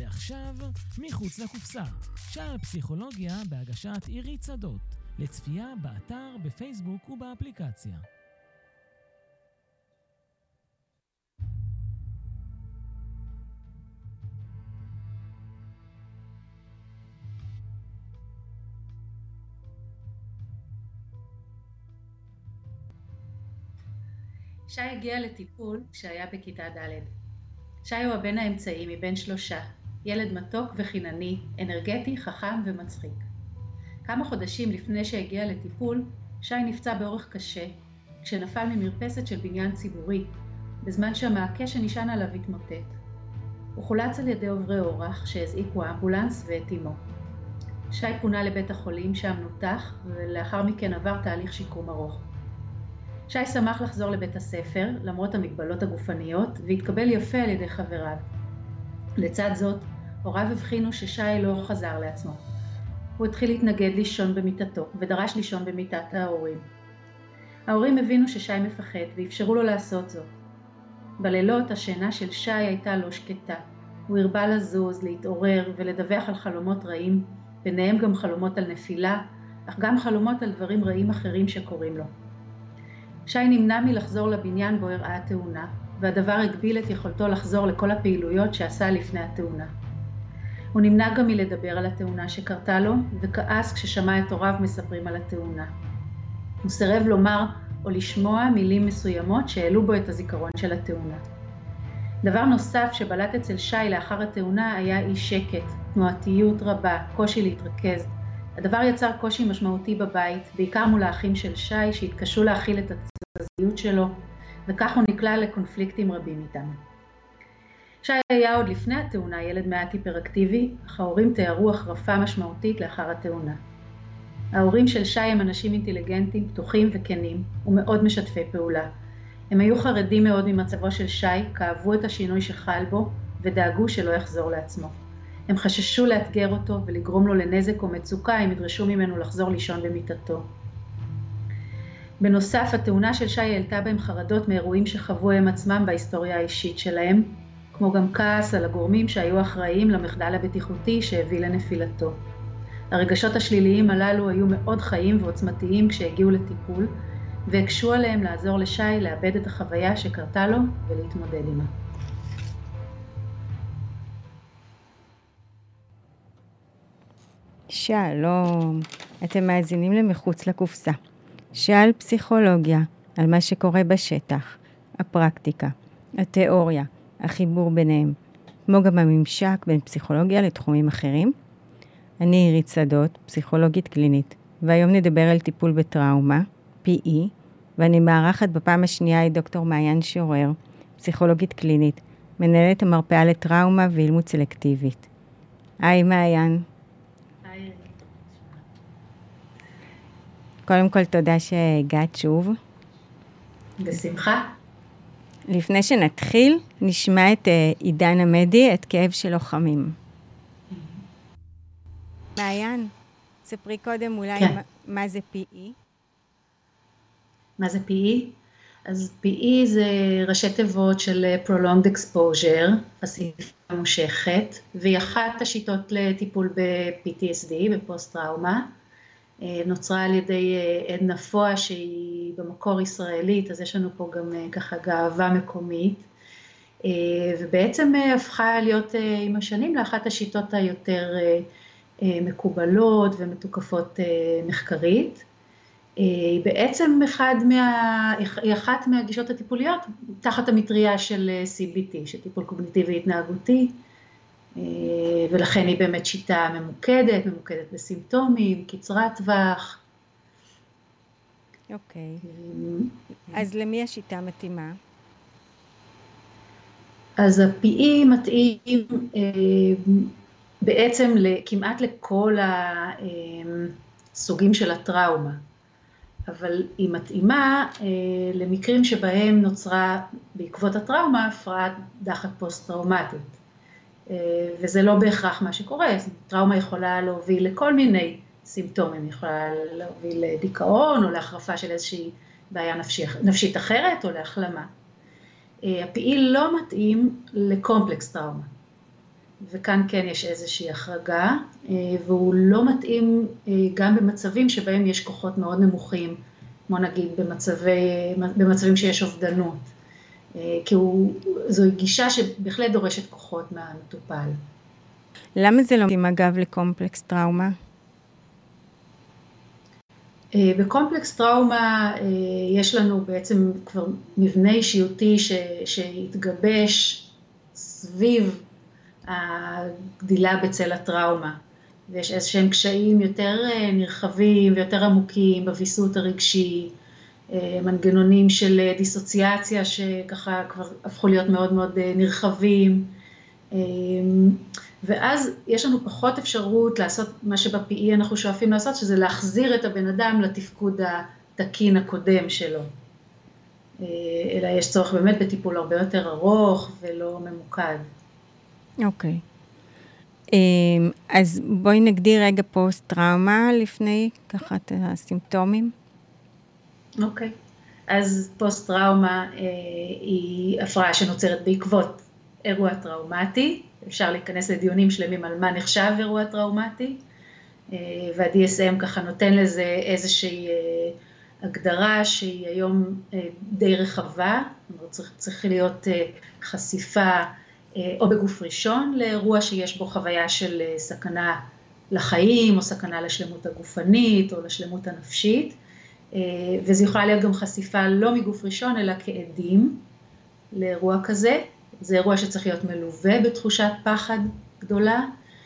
ועכשיו, מחוץ לקופסה. שער פסיכולוגיה בהגשת עירית שדות. לצפייה באתר, בפייסבוק ובאפליקציה. שי הגיע לטיפול כשהיה בכיתה ד'. שי הוא הבן האמצעי מבין 3, ילד מתוק וחינני, אנרגטי, חכם ומצחיק. כמה חודשים לפני שהגיע לטיפול, שי נפצע באורח קשה, כשנפל ממרפסת של בניין ציבורי, בזמן שהמעקה שנשען עליו התמוטט. הוא חולץ על ידי עוברי אורח שהזעיקו אמבולנס ואת אמו. שי פונה לבית החולים שם נותח, ולאחר מכן עבר תהליך שיקום ארוך. שי שמח לחזור לבית הספר, למרות המגבלות הגופניות, והתקבל יפה על ידי חבריו. לצד זאת, הוריו הבחינו ששי לא חזר לעצמו. הוא התחיל להתנגד לישון במיטתו, ודרש לישון במיטת ההורים. ההורים הבינו ששי מפחד, ואפשרו לו לעשות זאת. בלילות השינה של שי הייתה לא שקטה. הוא הרבה לזוז, להתעורר ולדווח על חלומות רעים, ביניהם גם חלומות על נפילה, אך גם חלומות על דברים רעים אחרים שקורים לו. שי נמנע מלחזור לבניין בו הראה התאונה, והדבר הגביל את יכולתו לחזור לכל הפעילויות שעשה לפני התאונה. הוא נמנע גם מלדבר על התאונה שקרתה לו, וכעס כששמע את הוריו מספרים על התאונה. הוא סירב לומר או לשמוע מילים מסוימות שהעלו בו את הזיכרון של התאונה. דבר נוסף שבלט אצל שי לאחר התאונה היה אי שקט, תנועתיות רבה, קושי להתרכז. הדבר יצר קושי משמעותי בבית, בעיקר מול האחים של שי שהתקשו להכיל את הצלזיות שלו, וכך הוא נקלע לקונפליקטים רבים איתם. שי היה עוד לפני התאונה ילד מעט היפראקטיבי, אך ההורים תיארו החרפה משמעותית לאחר התאונה. ההורים של שי הם אנשים אינטליגנטים, פתוחים וכנים, ומאוד משתפי פעולה. הם היו חרדים מאוד ממצבו של שי, כאבו את השינוי שחל בו, ודאגו שלא יחזור לעצמו. הם חששו לאתגר אותו ולגרום לו לנזק או מצוקה אם ידרשו ממנו לחזור לישון במיטתו. בנוסף, התאונה של שי העלתה בהם חרדות מאירועים שחוו הם עצמם בהיסטוריה האישית שלהם, כמו גם כעס על הגורמים שהיו אחראים למחדל הבטיחותי שהביא לנפילתו. הרגשות השליליים הללו היו מאוד חיים ועוצמתיים כשהגיעו לטיפול, והקשו עליהם לעזור לשי לאבד את החוויה שקרתה לו ולהתמודד עימה. שלום, אתם מאזינים למחוץ לקופסה. שעל פסיכולוגיה, על מה שקורה בשטח, הפרקטיקה, התיאוריה, החיבור ביניהם, כמו גם הממשק בין פסיכולוגיה לתחומים אחרים. אני עירית שדות, פסיכולוגית קלינית, והיום נדבר על טיפול בטראומה, PE, ואני מארחת בפעם השנייה את דוקטור מעיין שורר, פסיכולוגית קלינית, מנהלת המרפאה לטראומה ואילמות סלקטיבית. היי מעיין. היי. קודם כל תודה שהגעת שוב. בשמחה. לפני שנתחיל, נשמע את עידן עמדי, את כאב של לוחמים. מעיין, ספרי קודם אולי כן. מה זה PE? מה זה PE? אז PE זה ראשי תיבות של Prolonged Exposure, חשיפה ממושכת, והיא אחת השיטות לטיפול ב-PTSD, בפוסט-טראומה. נוצרה על ידי עדנה פואה שהיא במקור ישראלית, אז יש לנו פה גם ככה גאווה מקומית, ובעצם הפכה להיות עם השנים לאחת השיטות היותר מקובלות ומתוקפות מחקרית. היא בעצם אחת מהגישות הטיפוליות תחת המטריה של CBT, של טיפול קוגניטיבי התנהגותי, ולכן היא באמת שיטה ממוקדת בסימפטומים, קצרת טווח. אוקיי. אז למי השיטה מתאימה? אז ה-PE מתאים בעצם כמעט לכל הסוגים של הטראומה, אבל היא מתאימה למקרים שבהם נוצרה בעקבות הטראומה הפרעת דחק פוסט-טראומטית. וזה לא בהכרח מה שקורה, טראומה יכולה להוביל לכל מיני סימפטומים, יכולה להוביל לדיכאון או להחרפה של איזושהי בעיה נפשית אחרת או להחלמה. ה-PE לא מתאים לקומפלקס טראומה. וכאן כן יש איזושהי החרגה, והוא לא מתאים גם במצבים שבהם יש כוחות מאוד נמוכים, כמו נגיד במצבים שיש אובדנות, כי זו גישה שבהחלט דורשת כוחות מהמטופל. למה זה לא מתאים אגב לקומפלקס טראומה? בקומפלקס טראומה יש לנו בעצם כבר מבנה אישיותי שהתגבש סביב הגדילה בצל הטראומה, ויש איזשהם קשיים יותר נרחבים ויותר עמוקים בוויסות הרגשי, מנגנונים של דיסוציאציה שככה כבר הפכו להיות מאוד מאוד נרחבים, ואז יש לנו פחות אפשרות לעשות מה שבפי אנחנו שואפים לעשות, שזה להחזיר את הבן אדם לתפקוד התקין הקודם שלו. אלא יש צורך באמת בטיפול הרבה יותר ארוך ולא ממוקד. אוקיי. אז בואי נגדיר רגע פוסט-טראומה לפני ככה את הסימפטומים. אוקיי. אז פוסט-טראומה היא הפרעה שנוצרת בעקבות אירוע טראומטי. אפשר להיכנס לדיונים שלמים על מה נחשב אירוע טראומטי, וה-DSM ככה נותן לזה איזושהי הגדרה שהיא היום די רחבה, צריך להיות חשיפה או בגוף ראשון לאירוע שיש בו חוויה של סכנה לחיים, או סכנה לשלמות הגופנית, או לשלמות הנפשית, וזה יכולה להיות גם חשיפה לא מגוף ראשון, אלא כעדים לאירוע כזה. זה אירוע שצריך להיות מלווה בתחושת פחד גדולה,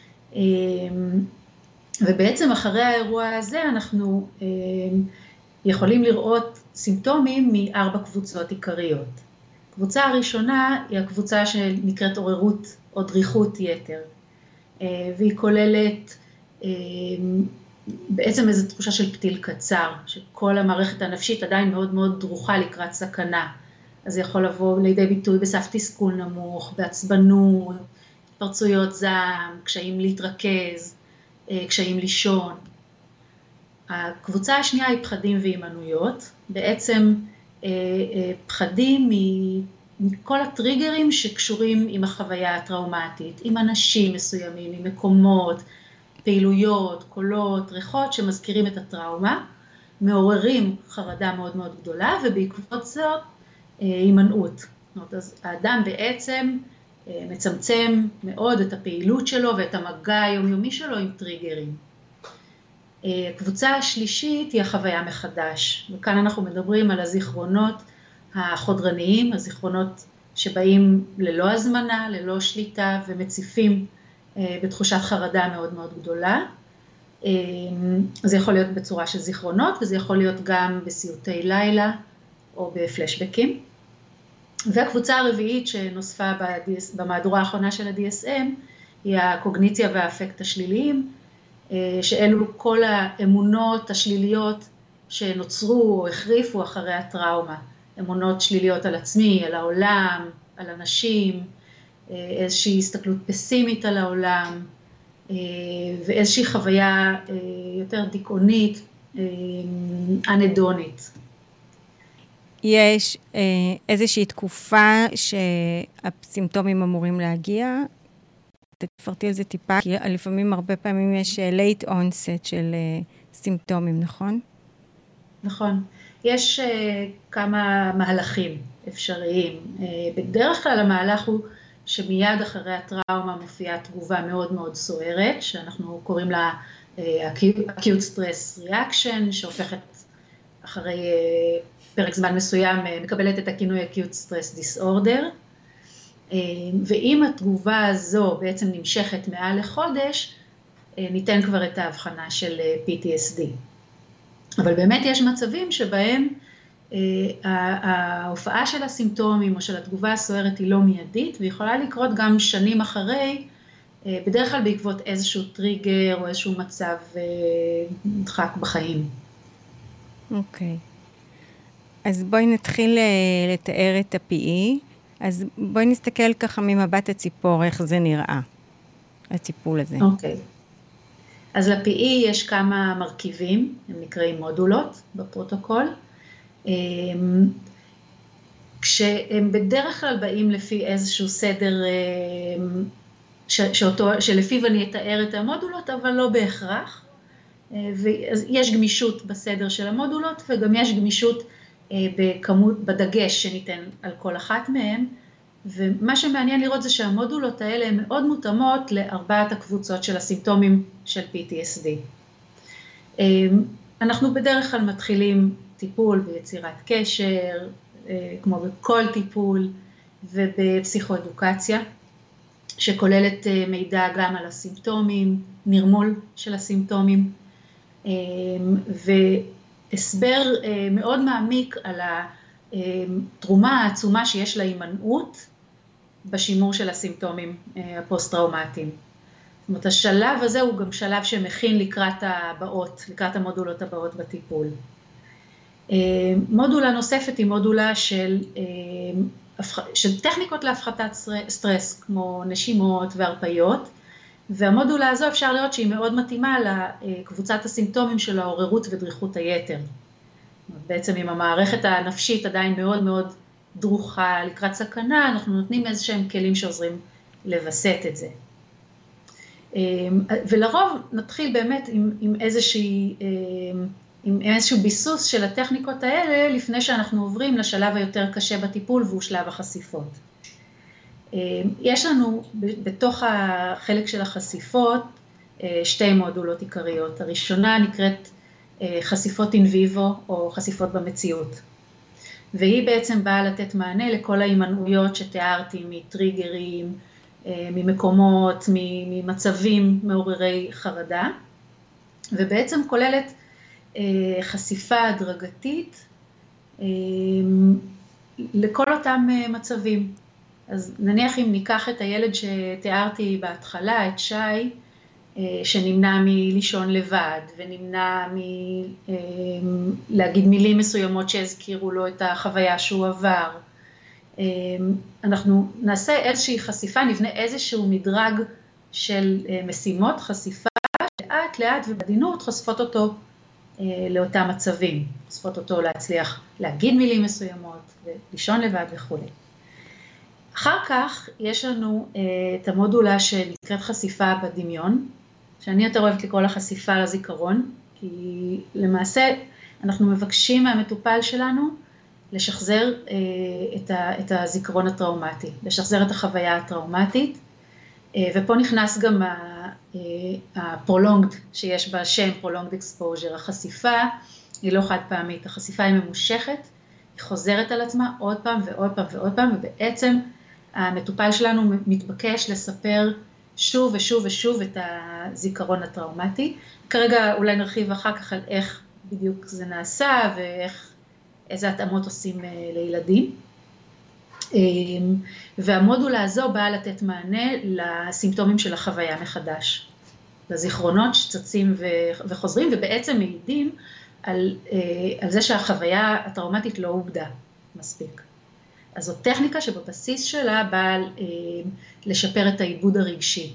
ובעצם אחרי האירוע הזה אנחנו יכולים לראות סימפטומים מ4 קבוצות עיקריות. הקבוצה הראשונה היא הקבוצה שנקראת עוררות או דריכות יתר, והיא כוללת בעצם איזו תחושה של פתיל קצר, שכל המערכת הנפשית עדיין מאוד מאוד דרוכה לקראת סכנה. אז זה יכול לבוא לידי ביטוי בסף תסכול נמוך, בעצבנות, התפרצויות זעם, קשיים להתרכז, קשיים לישון. הקבוצה השנייה היא פחדים והימנעויות, בעצם פחדים מכל הטריגרים שקשורים עם החוויה הטראומטית, עם אנשים מסוימים, עם מקומות, פעילויות, קולות, ריחות שמזכירים את הטראומה, מעוררים חרדה מאוד מאוד גדולה, ובעקבות זאת הימנעות. אז האדם בעצם מצמצם מאוד את הפעילות שלו ואת המגע היומיומי שלו עם טריגרים. הקבוצה השלישית היא החוויה מחדש, וכאן אנחנו מדברים על הזיכרונות החודרניים, הזיכרונות שבאים ללא הזמנה, ללא שליטה ומציפים בתחושת חרדה מאוד מאוד גדולה. זה יכול להיות בצורה של זיכרונות, וזה יכול להיות גם בסיוטי לילה או בפלשבקים. והקבוצה הרביעית שנוספה במהדורה האחרונה של ה-DSM היא הקוגניציה והאפקט השליליים, שאלו כל האמונות השליליות שנוצרו או החריפו אחרי הטראומה. אמונות שליליות על עצמי, על העולם, על אנשים, איזושהי הסתכלות פסימית על העולם, ואיזושהי חוויה יותר דיכאונית, אנדונית. יש איזושהי תקופה שהסימפטומים אמורים להגיע, תפרטי על זה טיפה, כי לפעמים הרבה פעמים יש late onset של סימפטומים, נכון? נכון. יש כמה מהלכים אפשריים. בדרך כלל המהלך הוא שמיד אחרי הטראומה מופיעה תגובה מאוד מאוד סוערת, שאנחנו קוראים לה acute stress reaction, שהופכת אחרי פרק זמן מסוים, מקבלת את הכינוי acute stress disorder, ואם התגובה הזו בעצם נמשכת מעל לחודש, ניתן כבר את ההבחנה של PTSD. אבל באמת יש מצבים שבהם ההופעה של הסימפטומים או של התגובה הסוערת היא לא מיידית, ויכולה לקרות גם שנים אחרי, בדרך כלל בעקבות איזשהו טריגר או איזשהו מצב דחק בחיים. אוקיי. אז בואי נתחיל לתאר את ה-PE. אז בואי נסתכל ככה ממבט הציפור, איך זה נראה, הטיפול הזה. אוקיי. אז ל-PE יש כמה מרכיבים, הם נקראים מודולות בפרוטוקול, כשהם בדרך כלל באים לפי איזשהו סדר שלפיו אני אתאר את המודולות, אבל לא בהכרח. ויש גמישות בסדר של המודולות, וגם יש גמישות בדגש שניתן על כל אחת מהן. ומה שמעניין לראות זה שהמודולות האלה הן מאוד מותאמות לארבעת הקבוצות של הסימפטומים של PTSD. אנחנו בדרך כלל מתחילים טיפול ביצירת קשר, כמו בכל טיפול, ובפסיכואדוקציה, שכוללת מידע גם על הסימפטומים, נרמול של הסימפטומים, והסבר מאוד מעמיק על התרומה העצומה שיש להימנעות בשימור של הסימפטומים הפוסט-טראומטיים. זאת אומרת, השלב הזה הוא גם שלב שמכין לקראת המודולות הבאות בטיפול. מודולה נוספת היא מודולה של טכניקות להפחתת סטרס, כמו נשימות והרפיות, והמודולה הזו אפשר לראות שהיא מאוד מתאימה לקבוצת הסימפטומים של העוררות ודריכות היתר. בעצם אם המערכת הנפשית עדיין מאוד מאוד דרוכה לקראת סכנה, אנחנו נותנים איזשהם כלים שעוזרים לבסט את זה. ולרוב נתחיל באמת עם איזשהו ביסוס של הטכניקות האלה, לפני שאנחנו עוברים לשלב היותר קשה בטיפול, והוא שלב החשיפות. יש לנו בתוך החלק של החשיפות שתי מודולות עיקריות. הראשונה נקראת חשיפות אין ויבו או חשיפות במציאות. והיא בעצם באה לתת מענה לכל ההימנעויות שתיארתי, מטריגרים, ממקומות, ממצבים מעוררי חרדה, ובעצם כוללת חשיפה הדרגתית לכל אותם מצבים. אז נניח אם ניקח את הילד שתיארתי בהתחלה, את שי, שנמנע מלישון לבד, ונמנע מלהגיד מילים מסוימות שהזכירו לו את החוויה שהוא עבר. אנחנו נעשה איזושהי חשיפה, נבנה איזשהו מדרג של משימות, חשיפה, לאט לאט ובעדינות חושפות אותו לאותם מצבים, חושפות אותו להצליח להגיד מילים מסוימות, ולישון לבד וכו'. אחר כך יש לנו את המודולה שנקראת חשיפה בדמיון, שאני יותר אוהבת לקרוא לה חשיפה לזיכרון, כי למעשה אנחנו מבקשים מהמטופל שלנו לשחזר את הזיכרון הטראומטי, לשחזר את החוויה הטראומטית, ופה נכנס גם ה-prolonged שיש בשם, prolonged exposure. החשיפה היא לא חד פעמית, החשיפה היא ממושכת, היא חוזרת על עצמה עוד פעם ועוד פעם ועוד פעם, ובעצם המטופל שלנו מתבקש לספר שוב ושוב ושוב את הזיכרון הטראומטי. כרגע אולי נרחיב אחר כך על איך בדיוק זה נעשה ואיזה התאמות עושים לילדים. והמודולה הזו באה לתת מענה לסימפטומים של החוויה מחדש, לזיכרונות שצצים וחוזרים, ובעצם מעידים על זה שהחוויה הטראומטית לא עובדה מספיק. אז זו טכניקה שבבסיס שלה באה לשפר את העיבוד הרגשי.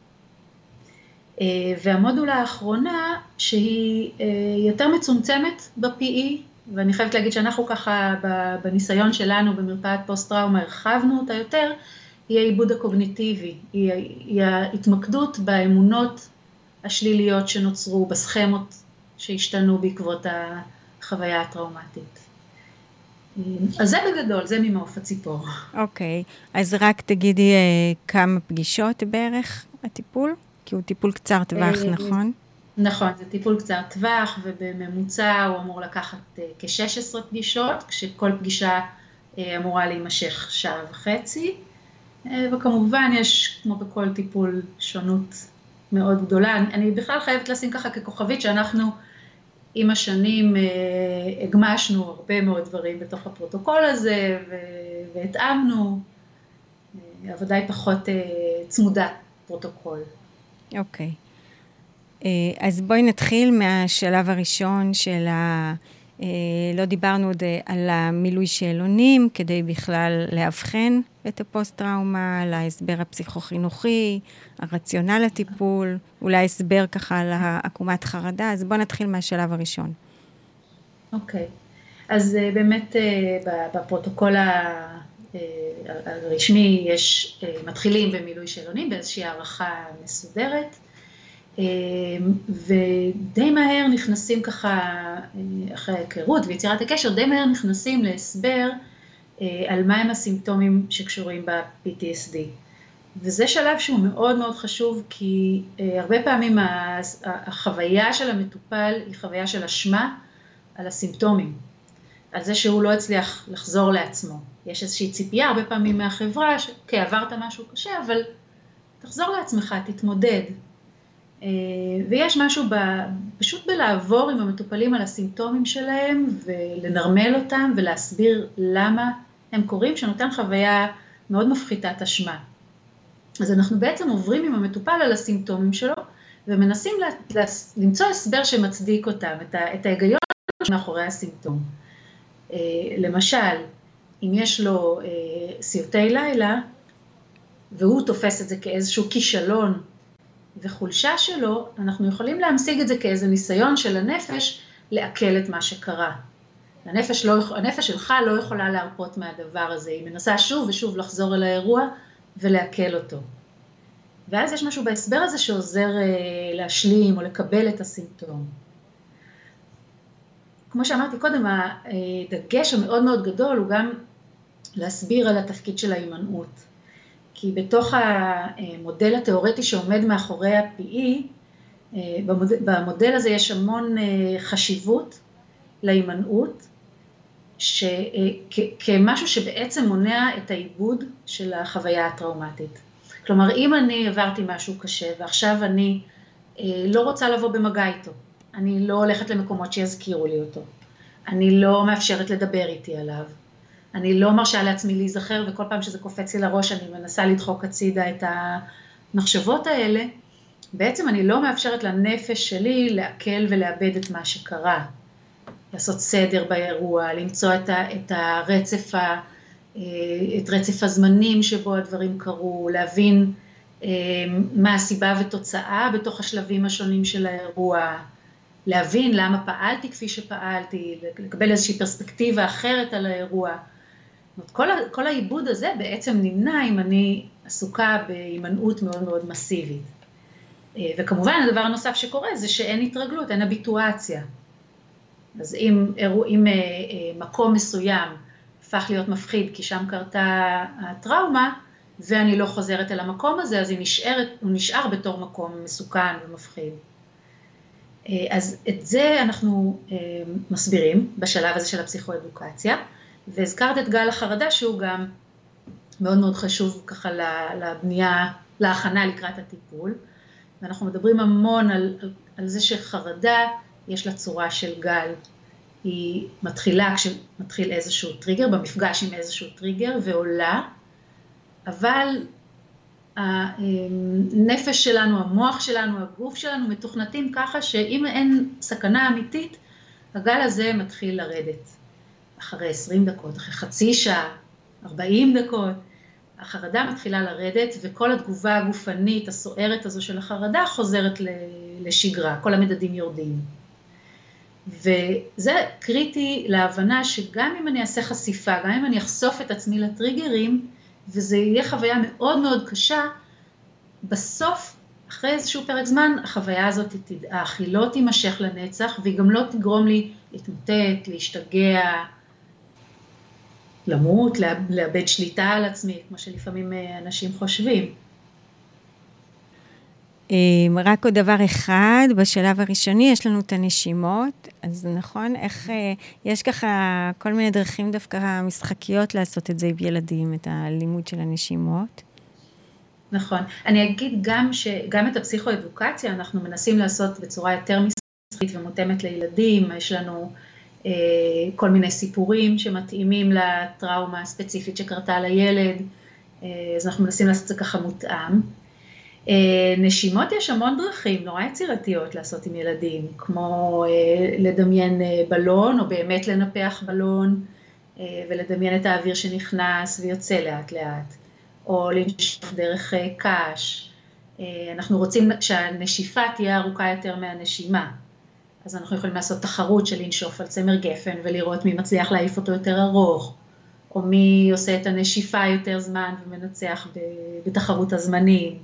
והמודולה האחרונה שהיא יותר מצומצמת ב-PE, ואני חייבת להגיד שאנחנו ככה בניסיון שלנו במרפאת פוסט-טראומה הרחבנו אותה יותר, היא העיבוד הקוגניטיבי, היא ההתמקדות באמונות השליליות שנוצרו, בסכמות שהשתנו בעקבות החוויה הטראומטית. אז זה בגדול, זה ממעוף הציפור. אוקיי, אז רק תגידי כמה פגישות בערך הטיפול? כי הוא טיפול קצר טווח, נכון? נכון, זה טיפול קצר טווח, ובממוצע הוא אמור לקחת כ-16 פגישות, כשכל פגישה אמורה להימשך שעה וחצי, וכמובן יש, כמו בכל טיפול, שונות מאוד גדולה. אני בכלל חייבת לשים ככה ככוכבית שאנחנו עם השנים הגמשנו הרבה מאוד דברים בתוך הפרוטוקול הזה, והתאמנו, העבודה היא פחות צמודת פרוטוקול. אוקיי. אז בואי נתחיל מהשלב הראשון של לא דיברנו עוד על המילוי שאלונים, כדי בכלל להבחן את הפוסט-טראומה, על ההסבר הפסיכו-חינוכי, הרציונל הטיפול, אולי הסבר ככה על העקומת חרדה, אז בואו נתחיל מהשלב הראשון. אוקיי, אז באמת בפרוטוקול הרשמי יש, מתחילים במילוי שאלונים באיזושהי הערכה מסודרת, ודי מהר נכנסים ככה, אחרי ההיכרות ויצירת הקשר, די מהר נכנסים להסבר על מהם הסימפטומים שקשורים ב-PTSD. וזה שלב שהוא מאוד מאוד חשוב, כי הרבה פעמים החוויה של המטופל היא חוויה של אשמה על הסימפטומים, על זה שהוא לא הצליח לחזור לעצמו. יש איזושהי ציפייה הרבה פעמים מהחברה, כי עברת משהו קשה, אבל תחזור לעצמך, תתמודד. ויש משהו פשוט בלעבור עם המטופלים על הסימפטומים שלהם, ולנרמל אותם ולהסביר למה הם קורים, שנותן חוויה מאוד מפחיתת אשמה. אז אנחנו בעצם עוברים עם המטופל על הסימפטומים שלו, ומנסים למצוא הסבר שמצדיק אותם, את ההיגיון מאחורי הסימפטום. למשל, אם יש לו סיוטי לילה, והוא תופס את זה כאיזשהו כישלון וחולשה שלו, אנחנו יכולים להמשיג את זה כאיזה ניסיון של הנפש לעכל את מה שקרה. הנפש שלך לא יכולה להרפות מהדבר הזה, היא מנסה שוב ושוב לחזור אל האירוע ולעכל אותו. ואז יש משהו בהסבר הזה שעוזר להשלים או לקבל את הסימפטום. כמו שאמרתי קודם, הדגש המאוד מאוד גדול הוא גם להסביר על התפקיד של ההימנעות. כי בתוך המודל התיאורטי שעומד מאחורי ה-PE, במודל הזה יש המון חשיבות להימנעות, כמשהו שבעצם מונע את העיבוד של החוויה הטראומטית. כלומר, אם אני עברתי משהו קשה ועכשיו אני לא רוצה לבוא במגע איתו, אני לא הולכת למקומות שיזכירו לי אותו, אני לא מאפשרת לדבר איתי עליו, אני לא מרשה לעצמי להיזכר, וכל פעם שזה קופץ לי לראש אני מנסה לדחוק הצידה את המחשבות האלה, בעצם אני לא מאפשרת לנפש שלי לעכל ולאבד את מה שקרה, לעשות סדר באירוע, למצוא את רצף הזמנים שבו הדברים קרו, להבין מה הסיבה ותוצאה בתוך השלבים השונים של האירוע, להבין למה פעלתי כפי שפעלתי, לקבל איזושהי פרספקטיבה אחרת על האירוע. כל העיבוד הזה בעצם נמנע אם אני עסוקה בהימנעות מאוד מאוד מסיבית. וכמובן הדבר הנוסף שקורה זה שאין התרגלות, אין הביטואציה. אז אם מקום מסוים הפך להיות מפחיד כי שם קרתה הטראומה, ואני לא חוזרת אל המקום הזה, אז הוא נשאר בתור מקום מסוכן ומפחיד. אז את זה אנחנו מסבירים בשלב הזה של הפסיכואדוקציה, והזכרת את גל החרדה שהוא גם מאוד מאוד חשוב ככה לבנייה, להכנה לקראת הטיפול, ואנחנו מדברים המון על זה שחרדה יש לה צורה של גל, היא מתחילה כשמתחיל איזשהו טריגר, במפגש עם איזשהו טריגר ועולה, אבל הנפש שלנו, המוח שלנו, הגוף שלנו מתוכנתים ככה שאם אין סכנה אמיתית, הגל הזה מתחיל לרדת. אחרי 20 דקות, אחרי חצי שעה, 40 דקות, החרדה מתחילה לרדת וכל התגובה הגופנית, הסוערת הזו של החרדה חוזרת לשגרה, כל המדדים יורדים. וזה קריטי להבנה שגם אם אני אעשה חשיפה, גם אם אני אחשוף את עצמי לטריגרים, וזה יהיה חוויה מאוד מאוד קשה, בסוף, אחרי איזשהו פרק זמן, החוויה הזאת תדעך, היא לא תימשך לנצח, והיא גם לא תגרום לי להתמוטט, להשתגע, למות, לאבד שליטה על עצמי, כמו שלפעמים אנשים חושבים. רק עוד דבר אחד, בשלב הראשוני יש לנו את הנשימות, אז נכון, איך יש ככה כל מיני דרכים דווקא משחקיות לעשות את זה עם ילדים, את הלימוד של הנשימות. נכון, אני אגיד גם את הפסיכואדוקציה אנחנו מנסים לעשות בצורה יותר משחקית ומותאמת לילדים, יש לנו כל מיני סיפורים שמתאימים לטראומה הספציפית שקרתה לילד, אז אנחנו מנסים לעשות את זה ככה מותאם. נשימות יש המון דרכים נורא יצירתיות לעשות עם ילדים, כמו לדמיין בלון או באמת לנפח בלון ולדמיין את האוויר שנכנס ויוצא לאט לאט, או לנשוף דרך קש. אנחנו רוצים שהנשיפה תהיה ארוכה יותר מהנשימה, אז אנחנו יכולים לעשות תחרות של לנשוף על צמר גפן ולראות מי מצליח להעיף אותו יותר ארוך, או מי עושה את הנשיפה יותר זמן ומנצח בתחרות הזמנים.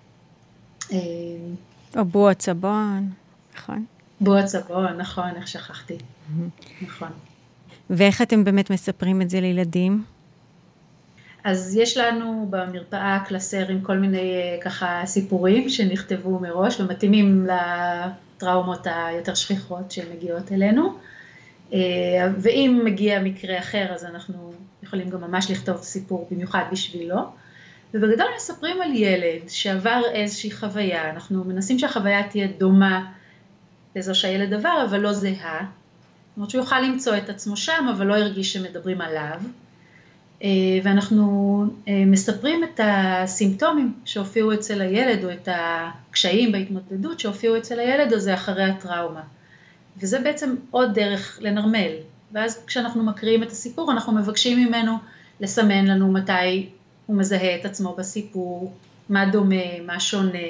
או בוע צבון, נכון? בוע צבון, נכון, איך שכחתי. נכון. ואיך אתם באמת מספרים את זה לילדים? אז יש לנו במרפאה קלסר עם כל מיני ככה סיפורים שנכתבו מראש ומתאימים לטראומות היותר שכיחות שמגיעות אלינו. ואם מגיע מקרה אחר, אז אנחנו יכולים גם ממש לכתוב סיפור במיוחד בשבילו. ובגדול מספרים על ילד שעבר איזושהי חוויה, אנחנו מנסים שהחוויה תהיה דומה לזו שהילד עבר, אבל לא זהה. זאת אומרת שהוא יוכל למצוא את עצמו שם, אבל לא ירגיש שמדברים עליו. ואנחנו מספרים את הסימפטומים שהופיעו אצל הילד, או את הקשיים בהתמודדות שהופיעו אצל הילד הזה אחרי הטראומה. וזה בעצם עוד דרך לנרמל. ואז כשאנחנו מקריאים את הסיפור, אנחנו מבקשים ממנו לסמן לנו מתי הוא מזהה את עצמו בסיפור, מה דומה, מה שונה.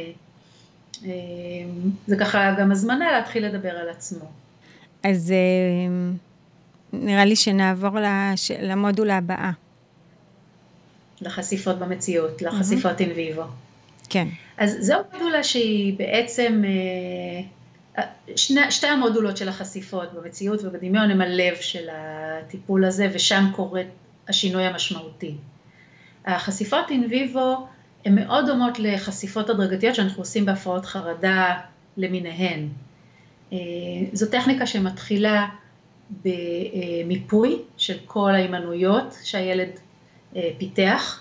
זה ככה גם הזמנה להתחיל לדבר על עצמו. אז נראה לי שנעבור למודולה הבאה. לחשיפות במציאות, לחשיפות אין ויבו. כן. אז זו מודולה שהיא בעצם, שתי המודולות של החשיפות במציאות ובדמיון הם הלב של הטיפול הזה, ושם קורה השינוי המשמעותי. החשיפות אין ויבו הן מאוד דומות לחשיפות הדרגתיות שאנחנו עושים בהפרעות חרדה למיניהן. זו טכניקה שמתחילה במיפוי של כל ההימנויות שהילד פיתח,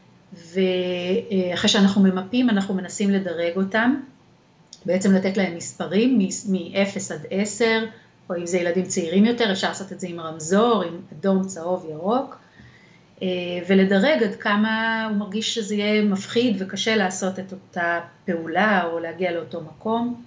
ואחרי שאנחנו ממפים אנחנו מנסים לדרג אותם, בעצם לתת להם מספרים מ-0 עד 10, או אם זה ילדים צעירים יותר, אפשר לעשות את זה עם רמזור, עם אדום, צהוב, ירוק, ולדרג עד כמה הוא מרגיש שזה יהיה מפחיד וקשה לעשות את אותה פעולה או להגיע לאותו מקום.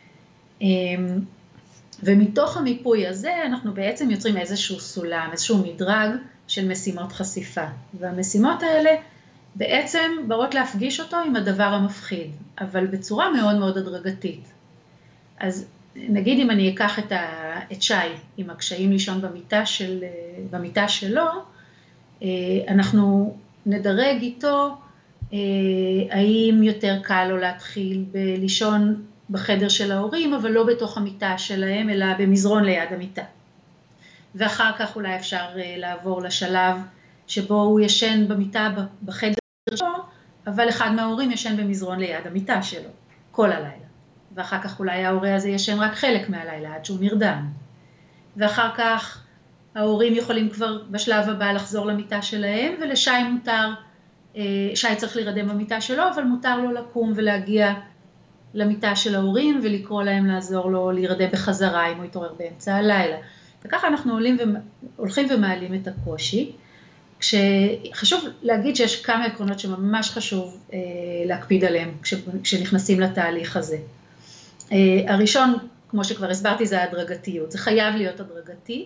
ומתוך המיפוי הזה אנחנו בעצם יוצרים איזשהו סולם, איזשהו מדרג של משימות חשיפה. והמשימות האלה בעצם באות להפגיש אותו עם הדבר המפחיד, אבל בצורה מאוד מאוד הדרגתית. אז נגיד אם אני אקח את שי עם הקשיים לישון במיטה שלו, אנחנו נדרג איתו האם יותר קל לו להתחיל בלישון בחדר של ההורים, אבל לא בתוך המיטה שלהם, אלא במזרון ליד המיטה. ואחר כך אולי אפשר לעבור לשלב שבו הוא ישן במיטה בחדר שלו, אבל אחד מההורים ישן במזרון ליד המיטה שלו, כל הלילה. ואחר כך אולי ההורה הזה ישן רק חלק מהלילה, עד שהוא נרדם. ואחר כך ההורים יכולים כבר בשלב הבא לחזור למיטה שלהם, ולשי מותר, שי צריך להירדם במיטה שלו, אבל מותר לו לקום ולהגיע למיטה של ההורים, ולקרוא להם לעזור לו להירדם בחזרה אם הוא יתעורר באמצע הלילה. וככה אנחנו הולכים ומעלים את הקושי, כשחשוב להגיד שיש כמה עקרונות שממש חשוב להקפיד עליהם כשנכנסים לתהליך הזה. הראשון, כמו שכבר הסברתי, זה ההדרגתיות. זה חייב להיות הדרגתי,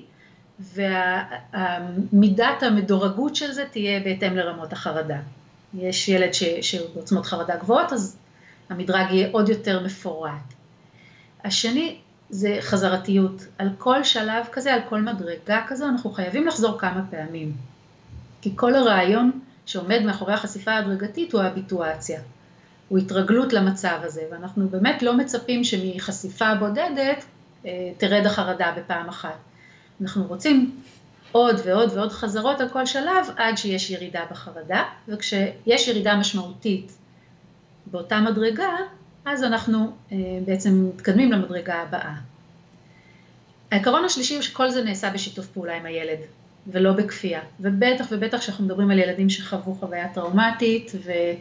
ומידת המדורגות של זה תהיה בהתאם לרמות החרדה. יש ילד שבעוצמות חרדה גבוהות, אז המדרג יהיה עוד יותר מפורט. השני זה חזרתיות. על כל שלב כזה, על כל מדרגה כזו, אנחנו חייבים לחזור כמה פעמים. כי כל הרעיון שעומד מאחורי החשיפה ההדרגתית הוא הביטואציה. הוא התרגלות למצב הזה, ואנחנו באמת לא מצפים שמחשיפה בודדת תרד החרדה בפעם אחת. אנחנו רוצים עוד ועוד ועוד חזרות על כל שלב עד שיש ירידה בחרדה, וכשיש ירידה משמעותית באותה מדרגה, אז אנחנו בעצם מתקדמים למדרגה הבאה. העיקרון השלישי הוא שכל זה נעשה בשיתוף פעולה עם הילד, ולא בכפייה. ובטח ובטח שאנחנו מדברים על ילדים שחוו חוויה טראומטית,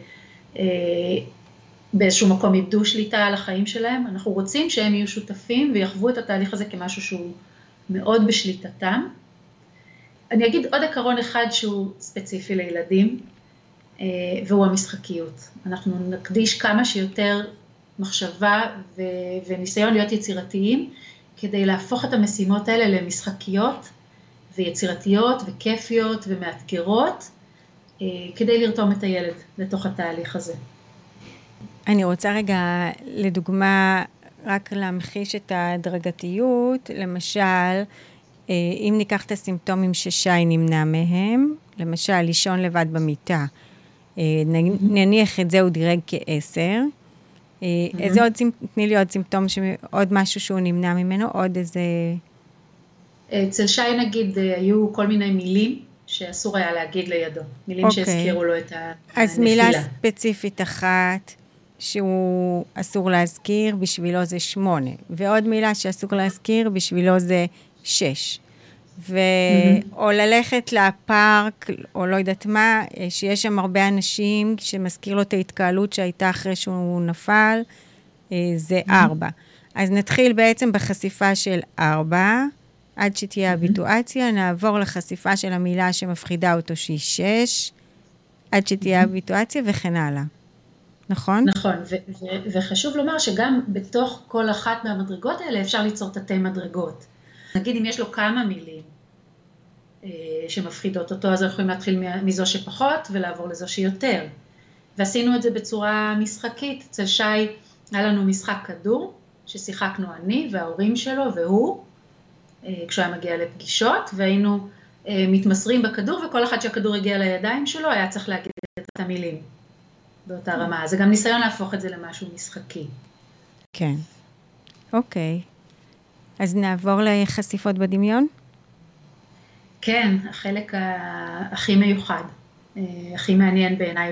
ובאיזשהו מקום איבדו שליטה על החיים שלהם, אנחנו רוצים שהם יהיו שותפים ויחוו את התהליך הזה כמשהו שהוא מאוד בשליטתם. אני אגיד עוד עיקרון אחד שהוא ספציפי לילדים, והוא המשחקיות. אנחנו נקדיש כמה שיותר מחשבה וניסיון להיות יצירתיים, כדי להפוך את המשימות האלה למשחקיות ויצירתיות וכיפיות ומאתגרות, כדי לרתום את הילד לתוך התהליך הזה. אני רוצה רגע, לדוגמה, רק להמחיש את הדרגתיות, למשל, אם ניקח את הסימפטומים ששי נמנע מהם, למשל, לישון לבד במיטה, נניח את זה הוא דירג כ10, איזה עוד, תני לי עוד סימפטום, עוד משהו שהוא נמנע ממנו, עוד איזה... אצל שי נגיד, היו כל מיני מילים שאסור היה להגיד לידו, מילים שהזכירו לו את הנפילה. אז מילה ספציפית אחת, שהוא אסור להזכיר, בשבילו זה 8, ועוד מילה שאסור להזכיר, בשבילו זה 6. או ללכת לפארק, או לא יודעת מה, שיש שם הרבה אנשים, שמזכיר לו את ההתקהלות שהייתה אחרי שהוא נפל, זה 4. אז נתחיל בעצם בחשיפה של 4, עד שתהיה הביטואציה, נעבור לחשיפה של המילה שמפחידה אותו שהיא 6, עד שתהיה הביטואציה וכן הלאה. נכון? נכון, וחשוב לומר שגם בתוך כל אחת מהמדרגות האלה אפשר ליצור תתי מדרגות. נגיד אם יש לו כמה מילים שמפחידות אותו, אז אנחנו יכולים להתחיל מזו שפחות ולעבור לזו שיותר. ועשינו את זה בצורה משחקית. אצל שי היה לנו משחק כדור, ששיחקנו אני וההורים שלו והוא, כשהוא היה מגיע לפגישות, והיינו מתמסרים בכדור, וכל אחד שהכדור הגיע לידיים שלו היה צריך להגיד את המילים באותה רמה. זה גם ניסיון להפוך את זה למשהו משחקי. כן, אוקיי. אז נעבור לחשיפות בדמיון? כן, החלק הכי מיוחד, הכי מעניין בעיניי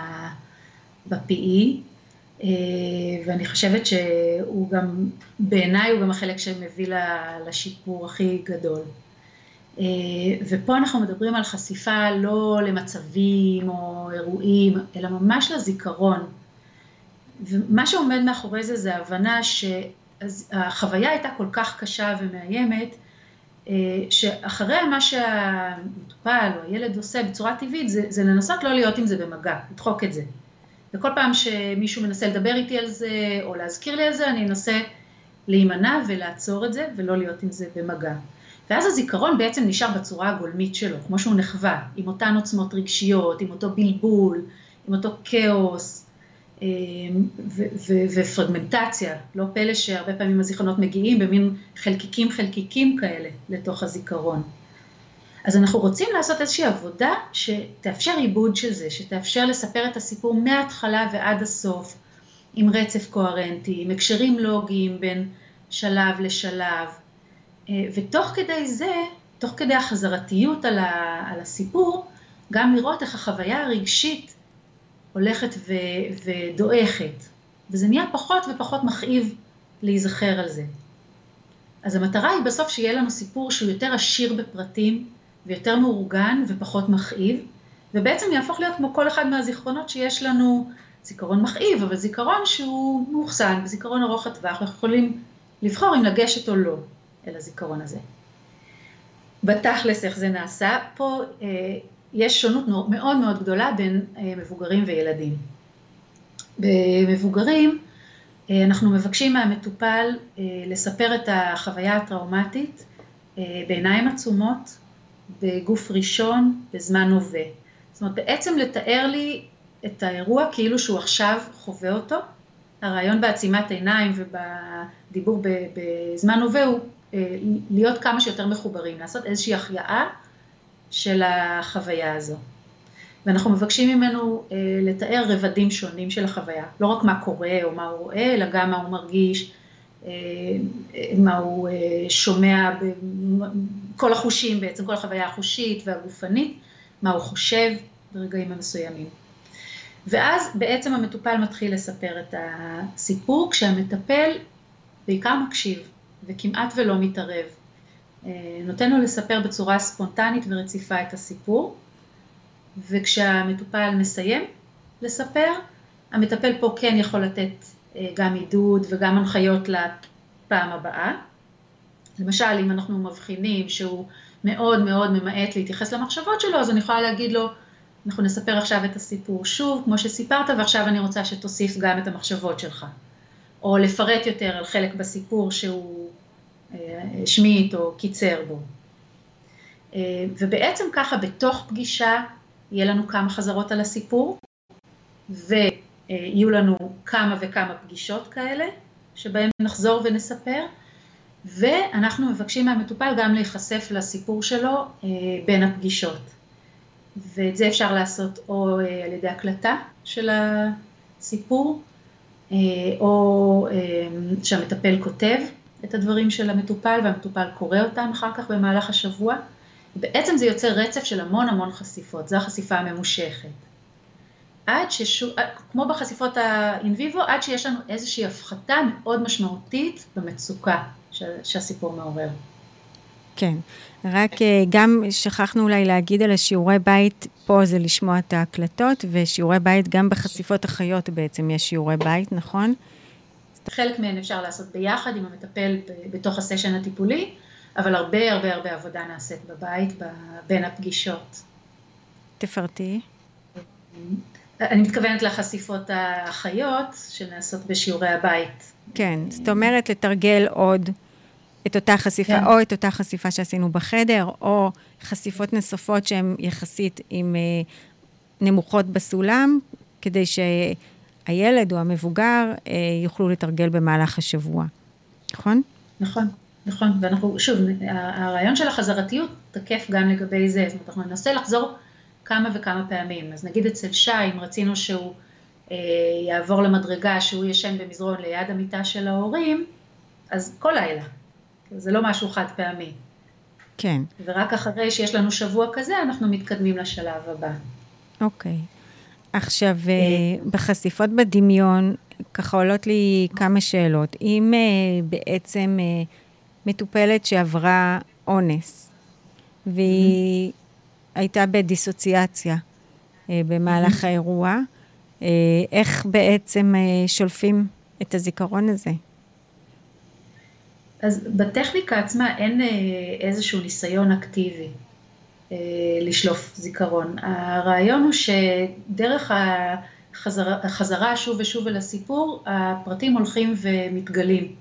ב-PE, ואני חושבת שהוא גם, בעיניי הוא גם החלק שמביא לשיפור הכי גדול. ופה אנחנו מדברים על חשיפה לא למצבים או אירועים, אלא ממש לזיכרון. ומה שעומד מאחורי זה, זה ההבנה שהחוויה הייתה כל כך קשה ומאיימת, שאחרי מה שהמטופל או הילד עושה בצורה טבעית, זה לנסות לא להיות עם זה במגע, לדחוק את זה. וכל פעם שמישהו מנסה לדבר איתי על זה, או להזכיר לי על זה, אני אנסה להימנע ולעצור את זה, ולא להיות עם זה במגע. ואז הזיכרון בעצם נשאר בצורה הגולמית שלו, כמו שהוא נחווה, עם אותן עוצמות רגשיות, עם אותו בלבול, עם אותו כאוס, ופרגמנטציה. לא פלא שהרבה פעמים הזיכרונות מגיעים במין חלקיקים כאלה לתוך הזיכרון. אז אנחנו רוצים לעשות איזושהי עבודה שתאפשר עיבוד של זה, שתאפשר לספר את הסיפור מההתחלה ועד הסוף, עם רצף קוהרנטי, עם הקשרים לוגיים בין שלב לשלב, ותוך כדי זה, תוך כדי החזרתיות על הסיפור, גם לראות איך החוויה הרגשית הולכת ודועכת, וזה נהיה פחות ופחות מכאיב להיזכר על זה. אז המטרה היא בסוף שיהיה לנו סיפור שהוא יותר עשיר בפרטים, ויותר מאורגן ופחות מכאיב, ובעצם יהפוך להיות כמו כל אחד מהזיכרונות שיש לנו, זיכרון מכאיב, אבל זיכרון שהוא מאוחסן, זיכרון ארוך הטווח, אנחנו יכולים לבחור אם לגשת או לא אל הזיכרון הזה. בתכלס איך זה נעשה, פה יש שונות מאוד מאוד גדולה בין מבוגרים וילדים. במבוגרים אנחנו מבקשים מהמטופל לספר את החוויה הטראומטית בעיניים עצומות, בגוף ראשון, בזמן הווה. זאת אומרת, בעצם לתאר לי את האירוע כאילו שהוא עכשיו חווה אותו. הרעיון בעצימת עיניים ובדיבור בזמן הווה הוא להיות כמה שיותר מחוברים, לעשות איזושהי החייאה של החוויה הזו. ואנחנו מבקשים ממנו לתאר רבדים שונים של החוויה. לא רק מה קורה או מה הוא רואה, אלא גם מה הוא מרגיש, מה הוא שומע, כל החושים בעצם, כל החוויה החושית והגופנית, מה הוא חושב ברגעים המסוימים. ואז בעצם המטופל מתחיל לספר את הסיפור, כשהמטפל בעיקר מקשיב וכמעט ולא מתערב. נותן לו לספר בצורה ספונטנית ורציפה את הסיפור, וכשהמטופל מסיים לספר, המטפל פה כן יכול לתת גם עידוד וגם הנחיות לפעם הבאה. למשל, אם אנחנו מבחינים שהוא מאוד מאוד ממעט להתייחס למחשבות שלו, אז אני יכולה להגיד לו, אנחנו נספר עכשיו את הסיפור שוב, כמו שסיפרת, ועכשיו אני רוצה שתוסיף גם את המחשבות שלך. או לפרט יותר על חלק בסיפור שהוא שמיט או קיצר בו. ובעצם ככה בתוך פגישה יהיה לנו כמה חזרות על הסיפור, ויהיו לנו כמה וכמה פגישות כאלה, שבהם נחזור ונספר, ואנחנו מבקשים מהמטופל גם להיחשף לסיפור שלו בין הפגישות. ואת זה אפשר לעשות או על ידי הקלטה של הסיפור, או שהמטפל כותב את הדברים של המטופל, והמטופל קורא אותם אחר כך במהלך השבוע. בעצם זה יוצר רצף של המון חשיפות, זו החשיפה הממושכת. כמו בחשיפות האינביבו, עד שיש לנו איזושהי הפחתה מאוד משמעותית במצוקה שהסיפור מעורר. כן, רק גם שכחנו אולי להגיד על השיעורי בית, פה זה לשמוע את ההקלטות, ושיעורי בית גם בחשיפות החיות בעצם יש שיעורי בית, נכון? חלק מהן אפשר לעשות ביחד עם המטפל בתוך הסשן הטיפולי, אבל הרבה עבודה נעשית בבית בין הפגישות. תפרטי. אני מתכוונת לחשיפות החיות שנעשות בשיעורי הבית. כן, זאת אומרת לתרגל עוד את אותה חשיפה, כן. או את אותה חשיפה שעשינו בחדר, או חשיפות נוספות שהן יחסית עם נמוכות בסולם, כדי שהילד או המבוגר יוכלו לתרגל במהלך השבוע. נכון? נכון. ואנחנו, שוב, הרעיון של החזרתיות תקף גם לגבי זה. זאת אומרת, אנחנו ננסה לחזור כמה וכמה פעמים. אז נגיד אצל שי, אם רצינו שהוא יעבור למדרגה, שהוא ישן במזרון ליד המיטה של ההורים, אז כל לילה. זה לא משהו חד פעמי. כן. ורק אחרי שיש לנו שבוע כזה, אנחנו מתקדמים לשלב הבא. אוקיי. עכשיו, בחשיפות בדמיון, ככה עולות לי כמה שאלות. אם בעצם מטופלת שעברה אונס, והיא הייתה בדיסוציאציה במהלך האירוע, איך בעצם שולפים את הזיכרון הזה? אז בטכניקה עצמה אין איזשהו ניסיון אקטיבי לשלוף זיכרון. הרעיון הוא שדרך החזרה שוב ושוב אל הסיפור, הפרטים הולכים ומתגלים.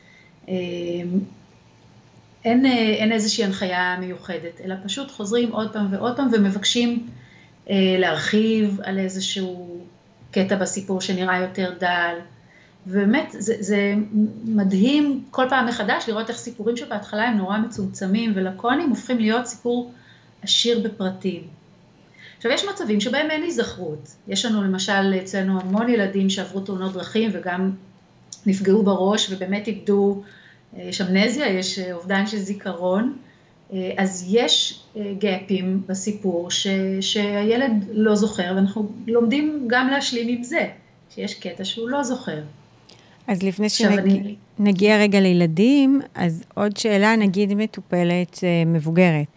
אין איזושהי הנחיה מיוחדת, אלא פשוט חוזרים עוד פעם ועוד פעם ומבקשים להרחיב על איזשהו קטע בסיפור שנראה יותר דל. ובאמת זה מדהים כל פעם מחדש לראות איך סיפורים שבהתחלה הם נורא מצומצמים ולקונים הופכים להיות סיפור עשיר בפרטים. עכשיו יש מצבים שבהם אין היזכרות. יש לנו למשל אצלנו המון ילדים שעברו תאונות דרכים וגם נפגעו בראש ובאמת איבדו, יש אמנזיה, יש אובדן של זיכרון, אז יש גאפים בסיפור שהילד לא זוכר ואנחנו לומדים גם להשלים עם זה, שיש קטע שהוא לא זוכר. אז לפני שנגיע רגע לילדים, אז עוד שאלה, נגיד מטופלת מבוגרת,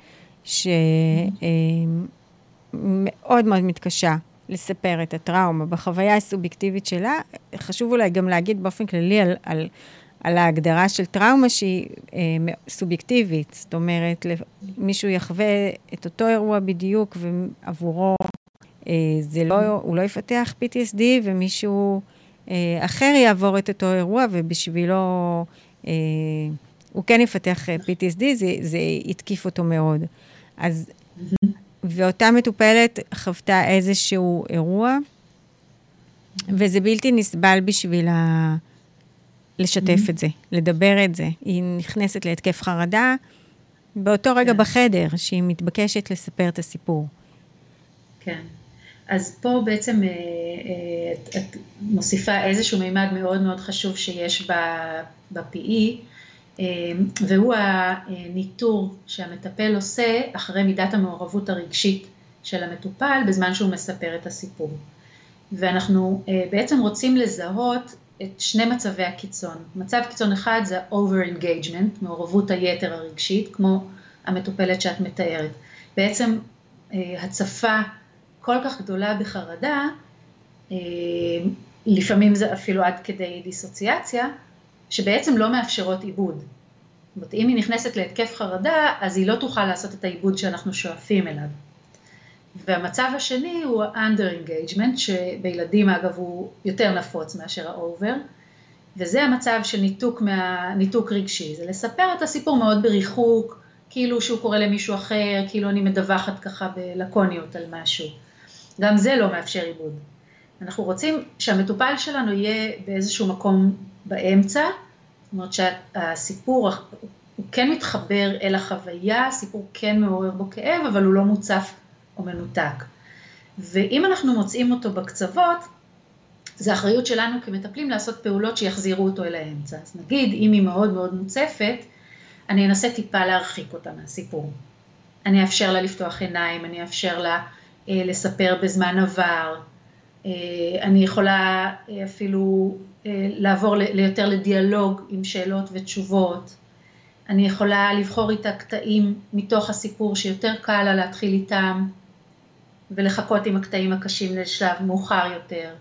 שמאוד מאוד מתקשה לספר את הטראומה בחוויה הסובייקטיבית שלה, חשוב אולי גם להגיד באופן כללי על ההגדרה של טראומה שהיא סובייקטיבית, זאת אומרת, מישהו יחווה את אותו אירוע בדיוק, ועבורו הוא לא יפתח PTSD, ומישהו אחר יעבור את אותו אירוע, ובשבילו הוא כן יפתח PTSD, זה יתקיף אותו מאוד. אז, ואותה מטופלת חוותה איזשהו אירוע, וזה בלתי נסבל בשבילה לשתף את זה, לדבר את זה. היא נכנסת להתקף חרדה, באותו רגע בחדר, שהיא מתבקשת לספר את הסיפור. כן. אז פה בעצם את מוסיפה איזשהו מימד מאוד מאוד חשוב שיש ב-PE, והוא הניטור שהמטפל עושה אחרי מידת המעורבות הרגשית של המטופל בזמן שהוא מספר את הסיפור. ואנחנו בעצם רוצים לזהות את שני מצבי הקיצון. מצב קיצון אחד זה over engagement, מעורבות היתר הרגשית, כמו המטופלת שאת מתארת. בעצם הצפה כל כך גדולה בחרדה, לפעמים זה אפילו עד כדי דיסוציאציה, שבעצם לא מאפשרות עיבוד. זאת אומרת, אם היא נכנסת להתקף חרדה, אז היא לא תוכל לעשות את העיבוד שאנחנו שואפים אליו. והמצב השני הוא ה-under engagement, שבילדים אגב הוא יותר נפוץ מאשר ה-over, וזה המצב של ניתוק רגשי, זה לספר את הסיפור מאוד בריחוק, כאילו שהוא קורא למישהו אחר, כאילו אני מדווחת ככה בלקוניות על משהו. גם זה לא מאפשר עיבוד. אנחנו רוצים שהמטופל שלנו יהיה באיזשהו מקום באמצע, זאת אומרת שהסיפור הוא כן מתחבר אל החוויה, הסיפור כן מעורר בו כאב, אבל הוא לא מוצף או מנותק. ואם אנחנו מוצאים אותו בקצוות, זה האחריות שלנו כמטפלים לעשות פעולות שיחזירו אותו אל האמצע. אז נגיד, אם היא מאוד מאוד מוצפת, אני אנסה טיפה להרחיק אותה מהסיפור. אני אאפשר לה לפתוח עיניים, אני אאפשר לה לספר בזמן עבר, אני יכולה אפילו לעבור ליותר לדיאלוג עם שאלות ותשובות, אני יכולה לבחור איתה קטעים מתוך הסיפור שיותר קל לה להתחיל איתם, ולחכות עם הקטעים הקשים לשלב מאוחר יותר.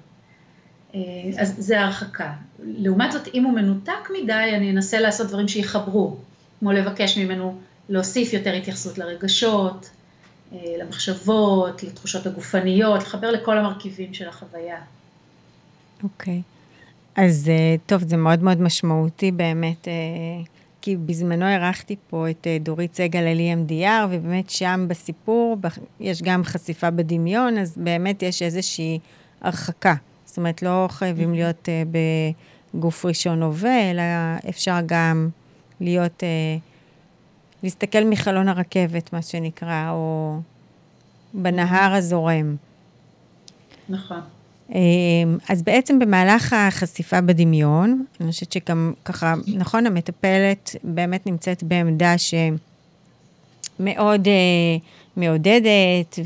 אז זה הרחקה. לעומת זאת, אם הוא מנותק מדי, אני אנסה לעשות דברים שיחברו, כמו לבקש ממנו להוסיף יותר התייחסות לרגשות, למחשבות, לתחושות הגופניות, לחבר לכל המרכיבים של החוויה. אוקיי. אז טוב, זה מאוד מאוד משמעותי באמת, כי בזמנו ערכתי פה את דורית סגל על EMDR, ובאמת שם בסיפור יש גם חשיפה בדמיון, אז באמת יש איזושהי הרחקה. זאת אומרת, לא חייבים להיות בגוף ראשון הווה, אלא אפשר גם להיות, להסתכל מחלון הרכבת, מה שנקרא, או בנהר הזורם. נכון. אז בעצם במהלך החשיפה בדמיון, אני חושבת שגם ככה, נכון, המטפלת באמת נמצאת בעמדה שמאוד מעודדת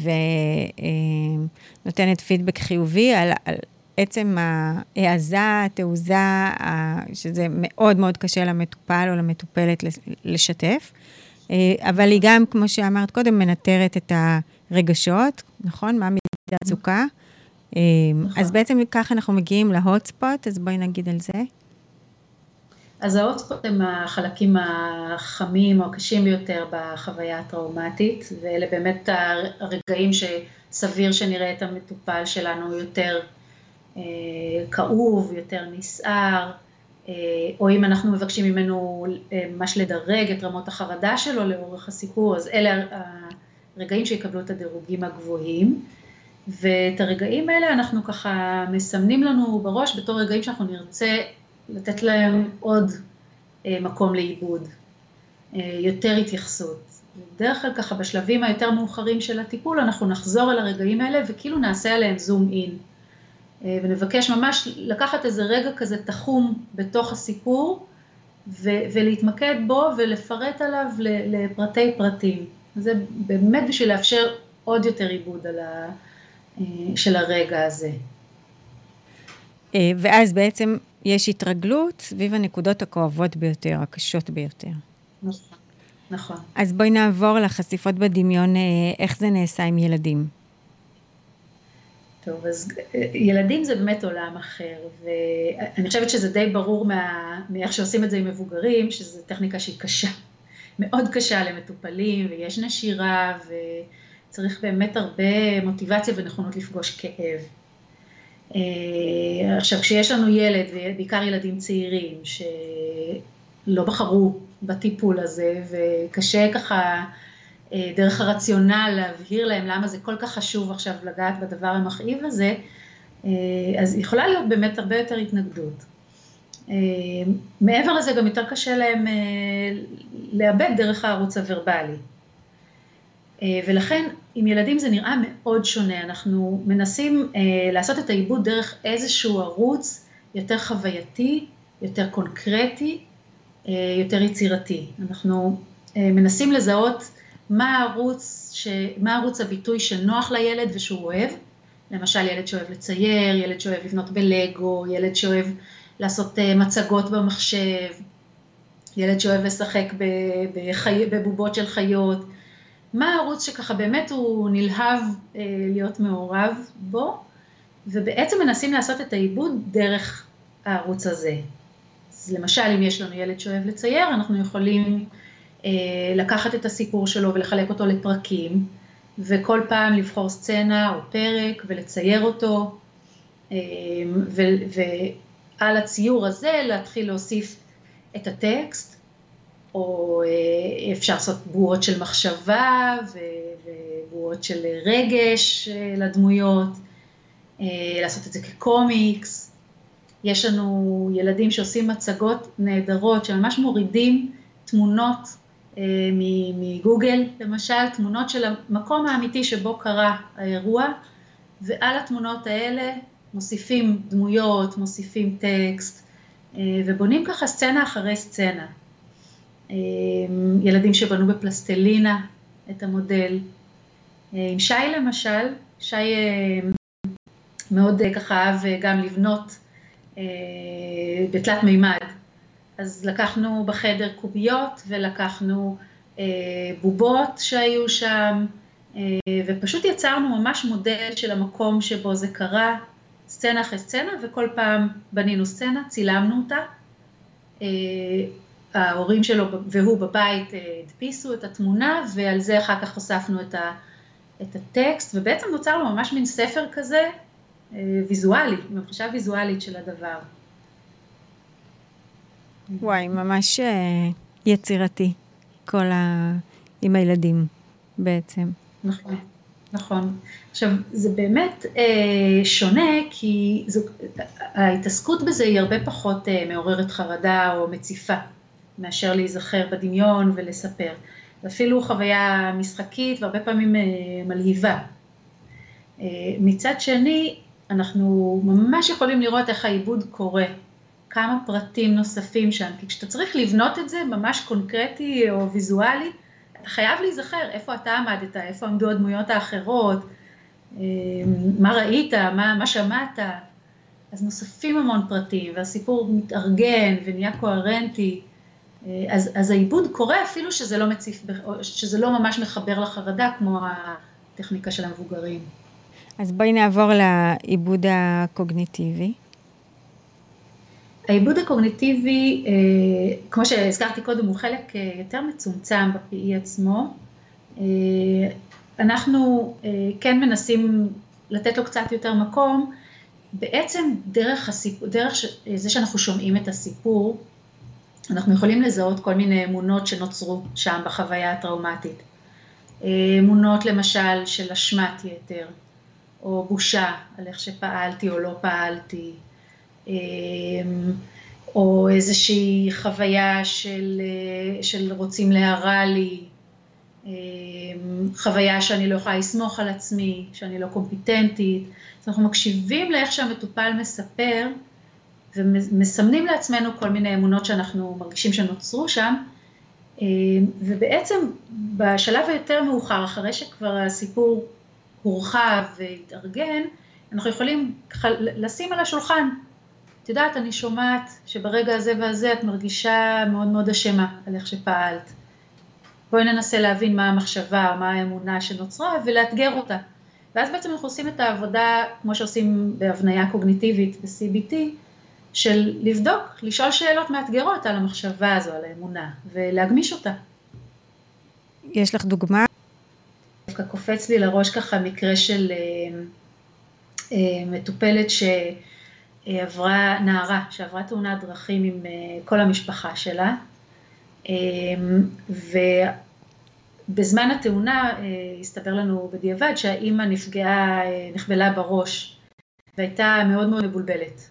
ונותנת פידבק חיובי על עצם העזה, התעוזה, שזה מאוד מאוד קשה למטופל או למטופלת לשתף, אבל היא גם, כמו שאמרת קודם, מנטרת את הרגשות, נכון? מה מידת המצוקה? אז בעצם ככה אנחנו מגיעים להוטספוט, אז בואי נגיד על זה. אז ההוטספוט הם החלקים החמים או הקשים ביותר בחוויה הטראומטית, ואלה באמת הרגעים שסביר שנראה את המטופל שלנו יותר כאוב, יותר נסער, או אם אנחנו מבקשים ממנו ממש לדרג את רמות החרדה שלו לאורך הסיפור, אז אלה הרגעים שיקבלו את הדירוגים הגבוהים, ואת הרגעים האלה אנחנו ככה מסמנים לנו בראש בתור רגעים שאנחנו נרצה לתת להם עוד מקום לעיבוד, יותר התייחסות. בדרך כלל ככה בשלבים היותר מאוחרים של הטיפול אנחנו נחזור אל הרגעים האלה וכאילו נעשה עליהם זום אין, ונבקש ממש לקחת איזה רגע כזה תחום בתוך הסיפור ולהתמקד בו ולפרט עליו לפרטי פרטים. זה באמת בשביל לאפשר עוד יותר עיבוד של הרגע הזה. ואז בעצם יש התרגלות סביב הנקודות הכואבות ביותר, הקשות ביותר. נכון. אז בואי נעבור לחשיפות בדמיון, איך זה נעשה עם ילדים. טוב, אז ילדים זה באמת עולם אחר, ואני חושבת שזה די ברור מאיך שעושים את זה עם מבוגרים, שזו טכניקה שהיא קשה, מאוד קשה למטופלים, ויש נשירה, וצריך באמת הרבה מוטיבציה ונכונות לפגוש כאב. עכשיו, כשיש לנו ילד, ובעיקר ילדים צעירים, שלא בחרו בטיפול הזה, וקשה ככה דרך הרציונל להבהיר להם למה זה כל כך חשוב עכשיו לגעת בדבר המכאיב הזה, אז יכולה להיות באמת הרבה יותר התנגדות. מעבר לזה גם יותר קשה להם לאבד דרך הערוץ הוורבלי. ולכן עם ילדים זה נראה מאוד שונה, אנחנו מנסים לעשות את העיבוד דרך איזשהו ערוץ יותר חווייתי, יותר קונקרטי, יותר יצירתי. אנחנו מנסים לזהות מה ערוץ הביטוי שנוח לילד ושהוא אוהב, למשל ילד שאוהב לצייר, ילד שאוהב לבנות בלגו, ילד שאוהב לעשות מצגות במחשב, ילד שאוהב לשחק בבובות של חיות, מה הערוץ שככה באמת הוא נלהב להיות מעורב בו, ובעצם מנסים לעשות את העיבוד דרך הערוץ הזה. אז למשל, אם יש לנו ילד שאוהב לצייר, אנחנו יכולים לקחת את הסיפור שלו ולחלק אותו לפרקים, וכל פעם לבחור סצנה או פרק ולצייר אותו, ועל הציור הזה להתחיל להוסיף את הטקסט, או אפשר לעשות בועות של מחשבה ובועות של רגש לדמויות, לעשות את זה כקומיקס. יש לנו ילדים שעושים מצגות נהדרות, שממש מורידים תמונות מגוגל, למשל, תמונות של המקום האמיתי שבו קרה האירוע, ועל התמונות האלה מוסיפים דמויות, מוסיפים טקסט, ובונים ככה סצנה אחרי סצנה. ילדים שבנו בפלסטלינה את המודל. עם שי למשל, שי מאוד ככה אהב גם לבנות בתלת מימד. אז לקחנו בחדר קוביות ולקחנו בובות שהיו שם, ופשוט יצרנו ממש מודל של המקום שבו זה קרה, סצנה אחרי סצנה, וכל פעם בנינו סצנה, צילמנו אותה. ההורים שלו והוא בבית הדפיסו את התמונה, ועל זה אחר כך הוספנו את הטקסט, ובעצם נוצר לו ממש מין ספר כזה, ויזואלי, ממחשה ויזואלית של הדבר. וואי, ממש יצירתי, עם הילדים בעצם. נכון, נכון. עכשיו, זה באמת שונה, כי ההתעסקות בזה היא הרבה פחות מעוררת חרדה או מציפה, מאשר להיזכר בדמיון ולספר. אפילו חוויה משחקית והרבה פעמים מלהיבה. מצד שני, אנחנו ממש יכולים לראות איך העיבוד קורה, כמה פרטים נוספים שם, כי כשאתה צריך לבנות את זה ממש קונקרטי או ויזואלי, אתה חייב להיזכר איפה אתה עמדת, איפה עמדו הדמויות האחרות, מה ראית, מה שמעת, אז נוספים המון פרטים, והסיפור מתארגן ונהיה קוהרנטי, אז העיבוד קורה אפילו שזה לא ממש מחבר לחרדה, כמו הטכניקה של המבוגרים. אז בואי נעבור לעיבוד הקוגניטיבי. העיבוד הקוגניטיבי, כמו שהזכרתי קודם, הוא חלק יותר מצומצם בפי עצמו. אנחנו כן מנסים לתת לו קצת יותר מקום, בעצם דרך זה שאנחנו שומעים את הסיפור, אנחנו יכולים לזהות כל מיני אמונות שנוצרו שם בחוויה הטראומטית. אמונות למשל של אשמת יתר, או בושה על איך שפעלתי או לא פעלתי, או איזושהי חוויה של רוצים להרע לי, חוויה שאני לא יכולה לסמוך על עצמי, שאני לא קומפיטנטית. אז אנחנו מקשיבים לאיך שהמטופל מספר, ומסמנים לעצמנו כל מיני אמונות שאנחנו מרגישים שנוצרו שם, ובעצם בשלב היותר מאוחר, אחרי שכבר הסיפור הורחב והתארגן, אנחנו יכולים לשים על השולחן. את יודעת, אני שומעת שברגע הזה והזה את מרגישה מאוד מאוד אשמה על איך שפעלת. בואי ננסה להבין מה המחשבה או מה האמונה שנוצרה ולאתגר אותה. ואז בעצם אנחנו עושים את העבודה, כמו שעושים בהבניה קוגניטיבית ב-CBT, של לבדוק, לשאול שאלות מאתגרות על המחשבה הזו, על האמונה, ולהגמיש אותה. יש לך דוגמה? דווקא קופץ לי לראש ככה מקרה של מטופלת שעברה, נערה, שעברה תאונת דרכים עם כל המשפחה שלה, ובזמן התאונה הסתבר לנו בדיעבד שהאימא נחבלה בראש, והייתה מאוד מאוד מבולבלת.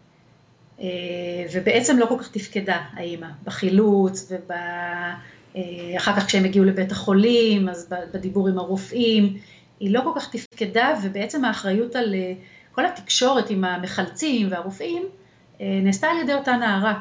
ובעצם לא כל כך תפקדה האימא, בחילוץ אחר כך כשהם הגיעו לבית החולים, אז בדיבור עם הרופאים, היא לא כל כך תפקדה, ובעצם האחריות על כל התקשורת עם המחלצים והרופאים, נעשתה על ידי אותה נערה.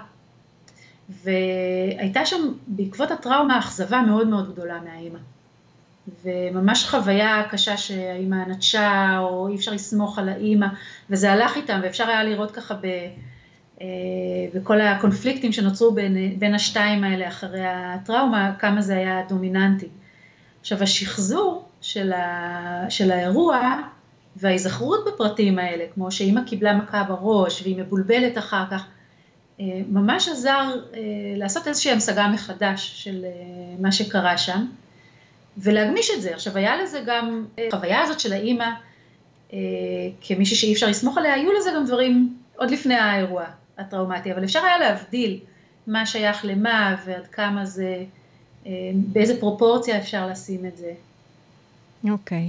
והייתה שם בעקבות הטראומה אכזבה מאוד מאוד גדולה מהאימא. וממש חוויה קשה שהאימא נטשה, או אי אפשר לסמוך על האימא, וזה הלך איתם, ואפשר היה לראות ככה וכל הקונפליקטים שנוצרו בין השתיים האלה אחרי הטראומה, כמה זה היה דומיננטי. עכשיו, השחזור של האירוע וההיזכרות בפרטים האלה, כמו שאמא קיבלה מכה בראש והיא מבולבלת אחר כך, ממש עזר לעשות איזושהי המשגה מחדש של מה שקרה שם, ולהגמיש את זה. עכשיו, היה לזה גם, החוויה הזאת של האמא, כמישהי שאי אפשר לסמוך עליה, היו לזה גם דברים עוד לפני האירוע הטראומטי, אבל אפשר היה להבדיל מה שייך למה ועד כמה זה, באיזה פרופורציה אפשר לשים את זה. אוקיי.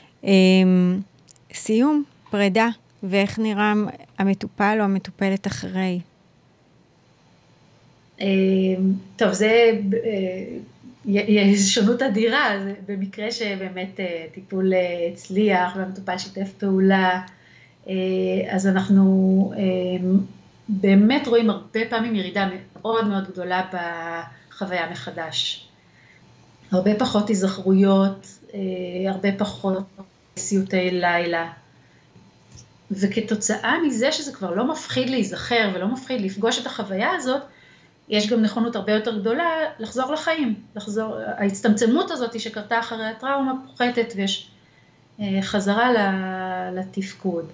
סיום, פרידה, ואיך נראה המטופל או המטופלת אחרי? טוב, זה יש שונות אדירה, במקרה שבאמת טיפול הצליח והמטופל שיתף פעולה, אז אנחנו באמת רואים הרבה פעמים ירידה מאוד מאוד גדולה בחוויה מחדש. הרבה פחות היזכרויות, הרבה פחות סיוטי לילה. וכתוצאה מזה שזה כבר לא מפחיד להיזכר ולא מפחיד לפגוש את החוויה הזאת, יש גם נכונות הרבה יותר גדולה לחזור לחיים, ההצטמצמות הזאת שקרתה אחרי הטראומה פוחתת ויש חזרה לתפקוד.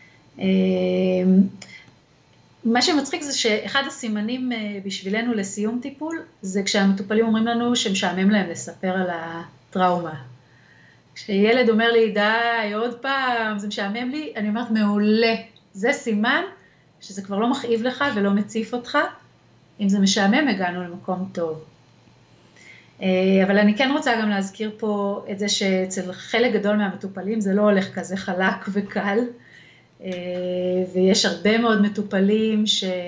מה שמצחיק זה שאחד הסימנים בשבילנו לסיום טיפול, זה כשהמטופלים אומרים לנו שמשעמם להם לספר על הטראומה. כשילד אומר לי, די, עוד פעם, זה משעמם לי, אני אומרת, מעולה, זה סימן שזה כבר לא מכאיב לך ולא מציף אותך, אם זה משעמם, הגענו למקום טוב. אבל אני כן רוצה גם להזכיר פה את זה שאצל חלק גדול מהמטופלים זה לא הולך כזה חלק וקל, ויש הרבה מאוד מטופלים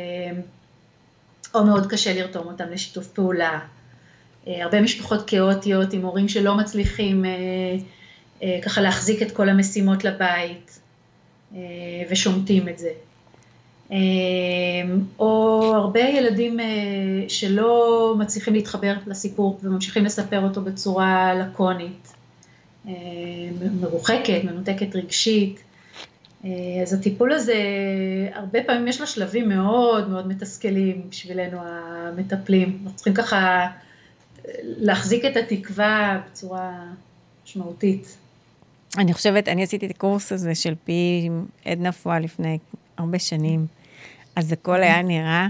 או מאוד קשה לרתום אותם לשיתוף פעולה. הרבה משפחות כאוטיות עם הורים שלא מצליחים ככה להחזיק את כל המשימות לבית ושומטים את זה. או הרבה ילדים שלא מצליחים להתחבר לסיפור וממשיכים לספר אותו בצורה לקונית, מרוחקת, מנותקת רגשית. אז הטיפול הזה, הרבה פעמים יש לו שלבים מאוד מאוד מתסכלים בשבילנו המטפלים. אנחנו צריכים ככה להחזיק את התקווה בצורה משמעותית. אני חושבת, אני עשיתי את הקורס הזה של פי עדנה פועל לפני הרבה שנים, אז הכל היה נראה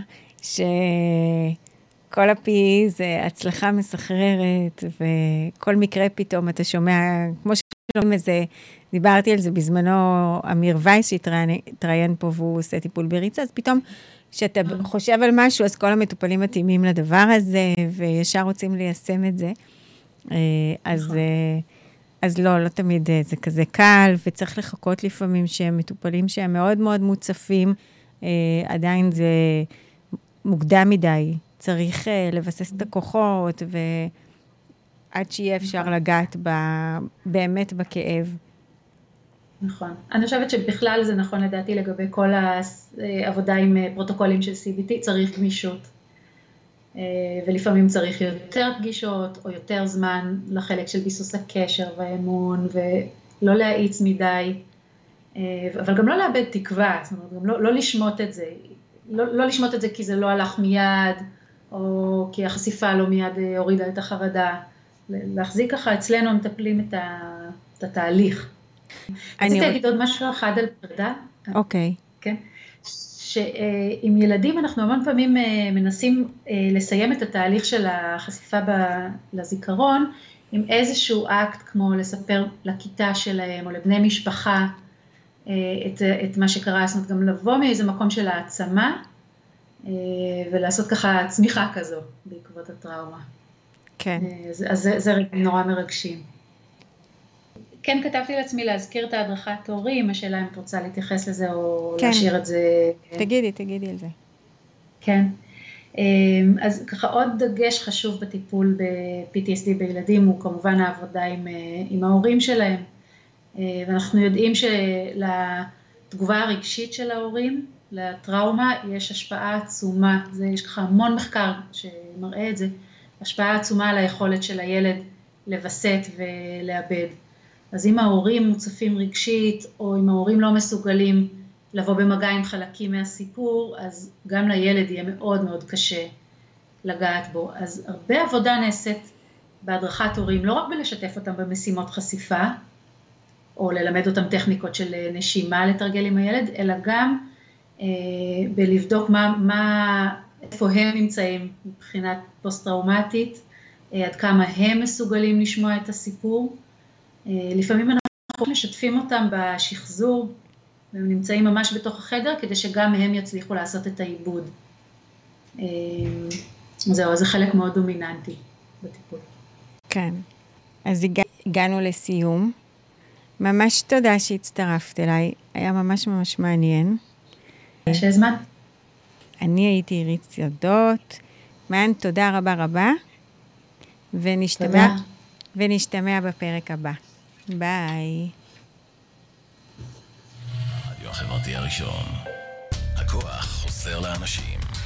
שכל הפי זה הצלחה מסחררת, וכל מקרה פתאום אתה שומע, כמו ששומעים איזה, דיברתי על זה בזמנו, אמיר וייס שהתראיין פה והוא עושה טיפול בריצה, אז פתאום כשאתה חושב על משהו, אז כל המטופלים מתאימים לדבר הזה, וישר רוצים ליישם את זה. אז לא תמיד זה כזה קל, וצריך לחכות לפעמים שהם מטופלים שהם מאוד מאוד מוצפים, עדיין זה מוקדם מדי, צריך לבסס את הכוחות, ועד שיהיה אפשר לגעת באמת בכאב. נכון. אני חושבת שבכלל זה נכון לדעתי לגבי כל העבודה עם פרוטוקולים של CBT, צריך גמישות. ולפעמים צריך יותר פגישות או יותר זמן לחלק של ביסוס הקשר והאמון, ולא להאיץ מדי, אבל גם לא לאבד תקווה, זאת אומרת, גם לא לשמוט את זה, לא לשמוט את זה כי זה לא הלך מיד, או כי החשיפה לא מיד הורידה את החרדה, להחזיק ככה אצלנו מטפלים את התהליך. רציתי להגיד עוד משהו אחד על פרידה. אוקיי. כן? שעם ילדים אנחנו המון פעמים מנסים לסיים את התהליך של החשיפה לזיכרון, עם איזשהו אקט כמו לספר לכיתה שלהם או לבני משפחה את מה שקרה, זאת אומרת גם לבוא מאיזה מקום של העצמה, ולעשות ככה צמיחה כזו בעקבות הטראומה. כן. אז זה נורא מרגשים. כן, כתבתי לעצמי להזכיר את ההדרכת הורים, השאלה אם את רוצה להתייחס לזה או כן. להשאיר את זה. תגידי על זה. כן. אז ככה עוד דגש חשוב בטיפול ב-PTSD בילדים, הוא כמובן העבודה עם ההורים שלהם. ואנחנו יודעים שלתגובה הרגשית של ההורים, לטראומה, יש השפעה עצומה, יש ככה המון מחקר שמראה את זה, השפעה עצומה על היכולת של הילד לבסט ולאבד. אז אם ההורים מוצפים רגשית, או אם ההורים לא מסוגלים לבוא במגע עם חלקים מהסיפור, אז גם לילד יהיה מאוד מאוד קשה לגעת בו. אז הרבה עבודה נעשית בהדרכת הורים, לא רק בלשתף אותם במשימות חשיפה, או ללמד אותם טכניקות של נשימה לתרגל עם הילד, אלא גם בלבדוק איפה הם נמצאים מבחינת פוסט-טראומטית, עד כמה הם מסוגלים לשמוע את הסיפור. לפעמים אנחנו משתפים אותם בשחזור, והם נמצאים ממש בתוך החדר, כדי שגם הם יצליחו לעשות את העיבוד. זהו, זה חלק מאוד דומיננטי בטיפול. כן, אז הגענו לסיום. ממש תודה שהצטרפת אליי, היה ממש ממש מעניין. שהזמן. אני הייתי עירית צדות, מען תודה רבה רבה, ונשתמע בפרק הבא. ביי. הרדיו החברתי הראשון. הכוח חוזר לאנשים.